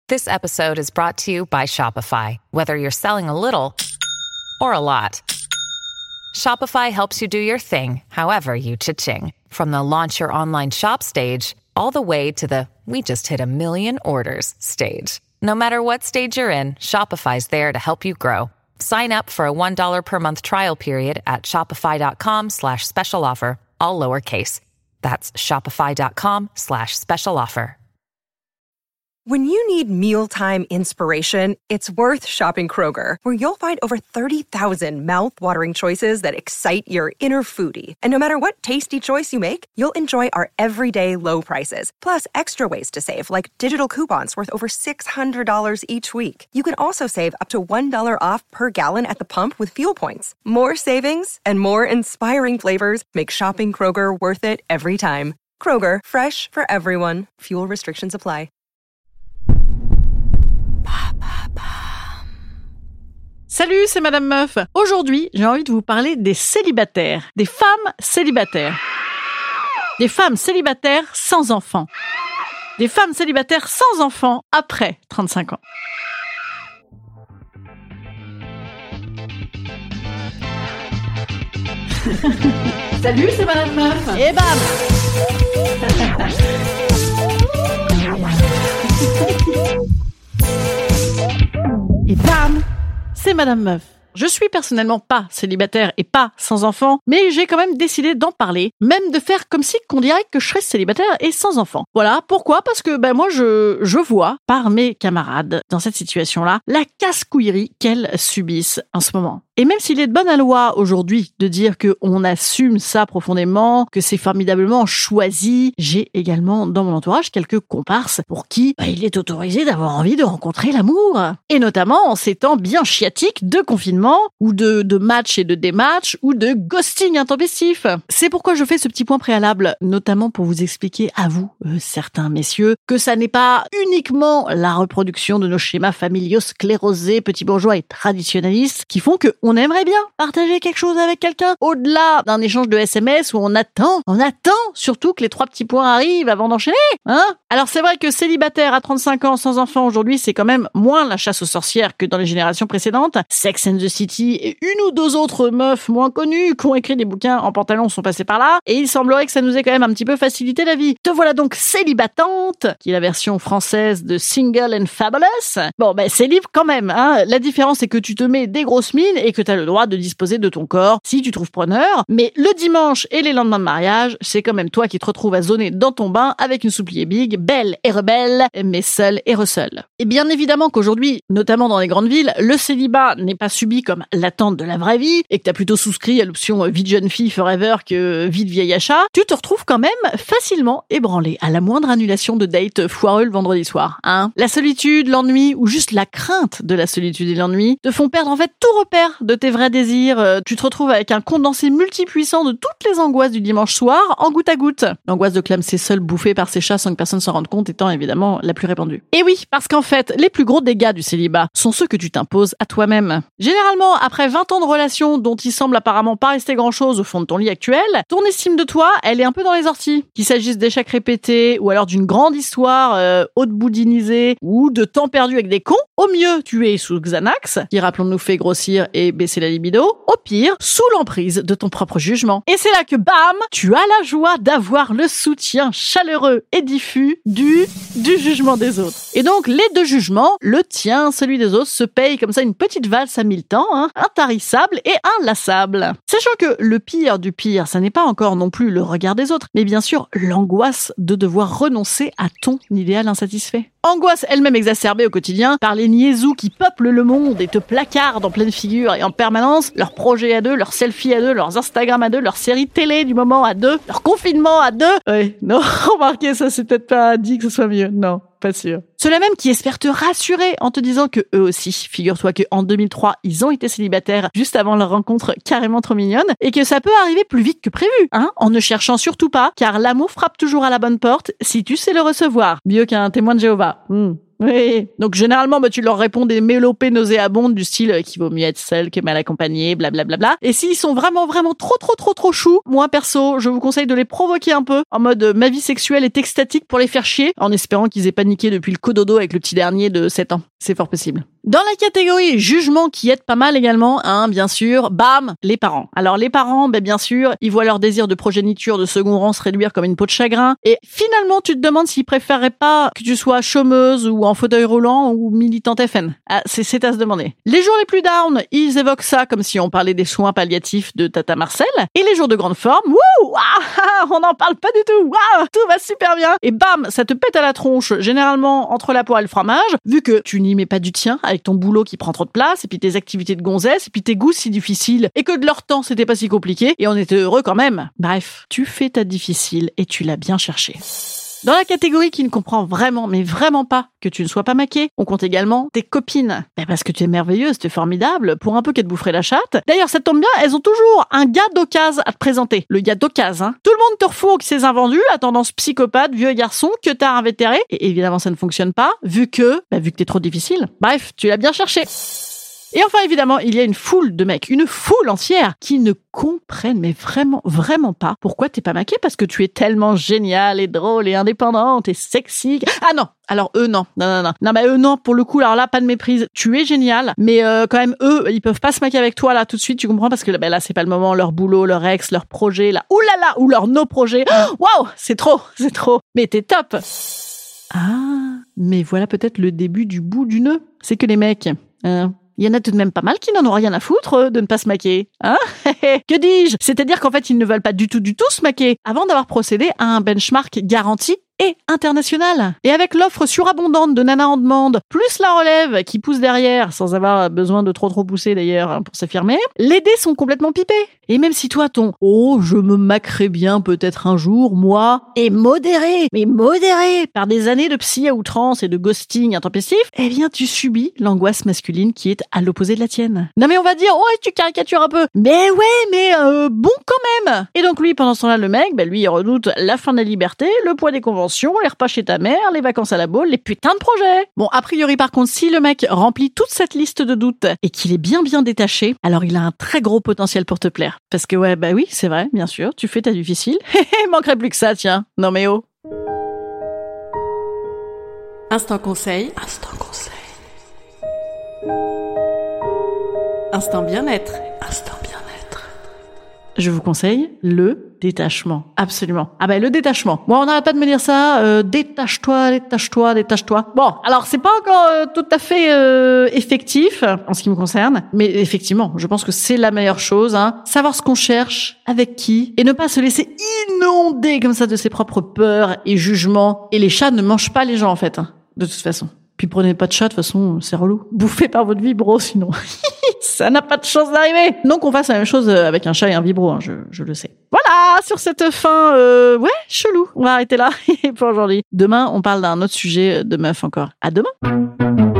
This episode is brought to you by Shopify. Whether you're selling a little or a lot, Shopify helps you do your thing, however you cha-ching. From the launch your online shop stage, all the way to the we just hit 1 million orders stage. No matter what stage you're in, Shopify's there to help you grow. Sign up for a $1 per month trial period at shopify.com/special offer, all lowercase. That's shopify.com/special offer. When you need mealtime inspiration, it's worth shopping Kroger, where you'll find over 30,000 mouth-watering choices that excite your inner foodie. And no matter what tasty choice you make, you'll enjoy our everyday low prices, plus extra ways to save, like digital coupons worth over $600 each week. You can also save up to $1 off per gallon at the pump with fuel points. More savings and more inspiring flavors make shopping Kroger worth it every time. Kroger, fresh for everyone. Fuel restrictions apply. Salut, c'est Madame Meuf. Aujourd'hui, j'ai envie de vous parler des célibataires, des femmes célibataires. Des femmes célibataires sans enfants. Des femmes célibataires sans enfants après 35 ans. Salut, c'est Madame Meuf. Et bam. Et bam, c'est Madame Meuf. Je suis personnellement pas célibataire et pas sans enfant, mais j'ai quand même décidé d'en parler, même de faire comme si qu'on dirait que je serais célibataire et sans enfant. Voilà, pourquoi ? Parce que moi je vois par mes camarades dans cette situation-là la casse-couillerie qu'elles subissent en ce moment. Et même s'il est de bonne loi aujourd'hui de dire qu'on assume ça profondément, que c'est formidablement choisi, j'ai également dans mon entourage quelques comparses pour qui il est autorisé d'avoir envie de rencontrer l'amour. Et notamment en ces temps bien chiatiques de confinement, ou de match et de dématch, ou de ghosting intempestif. C'est pourquoi je fais ce petit point préalable, notamment pour vous expliquer à vous, certains messieurs, que ça n'est pas uniquement la reproduction de nos schémas familiaux sclérosés, petits bourgeois et traditionnalistes qui font que on aimerait bien partager quelque chose avec quelqu'un, au-delà d'un échange de SMS où on attend surtout que les 3 petits points arrivent avant d'enchaîner, hein. Alors c'est vrai que célibataire à 35 ans sans enfant aujourd'hui, c'est quand même moins la chasse aux sorcières que dans les générations précédentes. Sex and the City et une ou deux autres meufs moins connues qui ont écrit des bouquins en pantalon sont passées par là, et il semblerait que ça nous ait quand même un petit peu facilité la vie. Te voilà donc célibatante, qui est la version française de Single and Fabulous. Bon, c'est libre quand même, hein. La différence, c'est que tu te mets des grosses mines et que t'as le droit de disposer de ton corps si tu trouves preneur. Mais le dimanche et les lendemains de mariage, c'est quand même toi qui te retrouves à zoner dans ton bain avec une souplier big, belle et rebelle, mais seule et reseule. Et bien évidemment qu'aujourd'hui, notamment dans les grandes villes, le célibat n'est pas subi comme l'attente de la vraie vie et que t'as plutôt souscrit à l'option vie de jeune fille forever que vie de vieil achat. Tu te retrouves quand même facilement ébranlé à la moindre annulation de date foireux le vendredi soir, hein. La solitude, l'ennui ou juste la crainte de la solitude et l'ennui te font perdre en fait tout repère de tes vrais désirs. Tu te retrouves avec un condensé multipuissant de toutes les angoisses du dimanche soir en goutte à goutte. L'angoisse de clamser seul bouffée par ses chats sans que personne s'en rende compte étant évidemment la plus répandue. Et oui, parce qu'en fait, les plus gros dégâts du célibat sont ceux que tu t'imposes à toi-même. Généralement, après 20 ans de relation dont il semble apparemment pas rester grand-chose au fond de ton lit actuel, ton estime de toi, elle est un peu dans les orties. Qu'il s'agisse d'échecs répétés ou alors d'une grande histoire haute boudinisée ou de temps perdu avec des cons, au mieux, tu es sous Xanax, qui rappelons-nous fait grossir et baisser la libido, au pire, sous l'emprise de ton propre jugement. Et c'est là que, bam, tu as la joie d'avoir le soutien chaleureux et diffus du jugement des autres. Et donc, les deux jugements, le tien, celui des autres, se payent comme ça une petite valse à 1000 temps, hein, intarissable et inlassable. Sachant que le pire du pire, ça n'est pas encore non plus le regard des autres, mais bien sûr l'angoisse de devoir renoncer à ton idéal insatisfait. Angoisse elle-même exacerbée au quotidien par les niaisous qui peuplent le monde et te placardent en pleine figure et en permanence, leurs projets à deux, leurs selfies à deux, leurs Instagram à deux, leurs séries télé du moment à deux, leur confinement à deux. Ouais, non, remarquez, ça c'est peut-être pas dit que ce soit mieux, non. Pas sûr. Ceux-là même qui espèrent te rassurer en te disant que eux aussi, figure-toi qu'en 2003, ils ont été célibataires juste avant leur rencontre carrément trop mignonne et que ça peut arriver plus vite que prévu, hein, en ne cherchant surtout pas, car l'amour frappe toujours à la bonne porte si tu sais le recevoir. Mieux qu'un témoin de Jéhovah. Oui. Donc généralement, tu leur réponds des mélopées nauséabondes du style qu'il vaut mieux être seul que mal accompagné, blablabla. Et s'ils sont vraiment trop choux, moi perso, je vous conseille de les provoquer un peu en mode ma vie sexuelle est extatique pour les faire chier, en espérant qu'ils aient paniqué depuis le dodo avec le petit dernier de 7 ans. C'est fort possible. Dans la catégorie jugement qui aide pas mal également, bien sûr, bam, les parents. Alors les parents, bien sûr, ils voient leur désir de progéniture de second rang se réduire comme une peau de chagrin. Et finalement, tu te demandes s'ils préféreraient pas que tu sois chômeuse ou en fauteuil roulant ou militante FN. C'est à se demander. Les jours les plus down, ils évoquent ça comme si on parlait des soins palliatifs de Tata Marcel. Et les jours de grande forme, on n'en parle pas du tout. Tout va super bien. Et bam, ça te pète à la tronche, généralement entre la poire et le fromage, vu que tu n'y mets pas du tien avec ton boulot qui prend trop de place, et puis tes activités de gonzesse, et puis tes goûts si difficiles, et que de leur temps c'était pas si compliqué, et on était heureux quand même. Bref, tu fais ta difficile, et tu l'as bien cherché. Dans la catégorie qui ne comprend vraiment, mais vraiment pas que tu ne sois pas maquée, on compte également tes copines. Parce que tu es merveilleuse, tu es formidable, pour un peu qu'elles te boufferaient la chatte. D'ailleurs, ça tombe bien, elles ont toujours un gars d'occasion à te présenter. Le gars d'occasion, Tout le monde te refourgue ses invendus, la tendance psychopathe, vieux garçon, que t'as invétéré. Et évidemment, ça ne fonctionne pas, vu que t'es trop difficile. Bref, tu l'as bien cherché. Et enfin, évidemment, il y a une foule de mecs, une foule entière, qui ne comprennent, mais vraiment, vraiment pas pourquoi t'es pas maquée, parce que tu es tellement géniale et drôle et indépendante et sexy. Ah non! Alors eux, non. Non, mais eux, non, pour le coup, alors là, pas de méprise. Tu es génial, mais quand même, eux, ils peuvent pas se maquer avec toi, là, tout de suite, tu comprends, parce que là, c'est pas le moment, leur boulot, leur ex, leur projet, là, oulala, ou leur no-projet. Waouh! C'est trop! Mais t'es top! Mais voilà peut-être le début du bout du nœud. C'est que les mecs... Il y en a tout de même pas mal qui n'en ont rien à foutre de ne pas se maquer. Que dis-je? C'est-à-dire qu'en fait, ils ne veulent pas du tout se maquer avant d'avoir procédé à un benchmark garanti et international. Et avec l'offre surabondante de nanas en demande, plus la relève qui pousse derrière, sans avoir besoin de trop pousser d'ailleurs pour s'affirmer, les dés sont complètement pipés. Et même si toi, je me maquerai bien peut-être un jour, moi, est modéré par des années de psy à outrance et de ghosting intempestif, eh bien tu subis l'angoisse masculine qui est à l'opposé de la tienne. Non mais on va dire, tu caricatures un peu. Mais bon quand même. Et donc lui, pendant ce temps-là, le mec, lui, il redoute la fin de la liberté, le poids des conventions, les repas chez ta mère, les vacances à la Baule, les putains de projets. Bon, a priori, par contre, si le mec remplit toute cette liste de doutes et qu'il est bien détaché, alors il a un très gros potentiel pour te plaire. Parce que oui, c'est vrai, bien sûr, tu fais ta difficile. Manquerait plus que ça, tiens. Non mais oh. Instant conseil. Instant bien-être. Je vous conseille le détachement. Absolument. Le détachement. Moi, on n'arrête pas de me dire ça. Détache-toi. Bon, alors c'est pas encore tout à fait effectif en ce qui me concerne, mais effectivement, je pense que c'est la meilleure chose. Savoir ce qu'on cherche, avec qui, et ne pas se laisser inonder comme ça de ses propres peurs et jugements. Et les chats ne mangent pas les gens en fait, de toute façon. Puis prenez pas de chat, de toute façon, c'est relou. Bouffez par votre vibro, sinon. Ça n'a pas de chance d'arriver. Donc on fasse la même chose avec un chat et un vibro, je le sais. Voilà, sur cette fin, chelou. On va arrêter là pour aujourd'hui. Demain, on parle d'un autre sujet de meuf encore. À demain.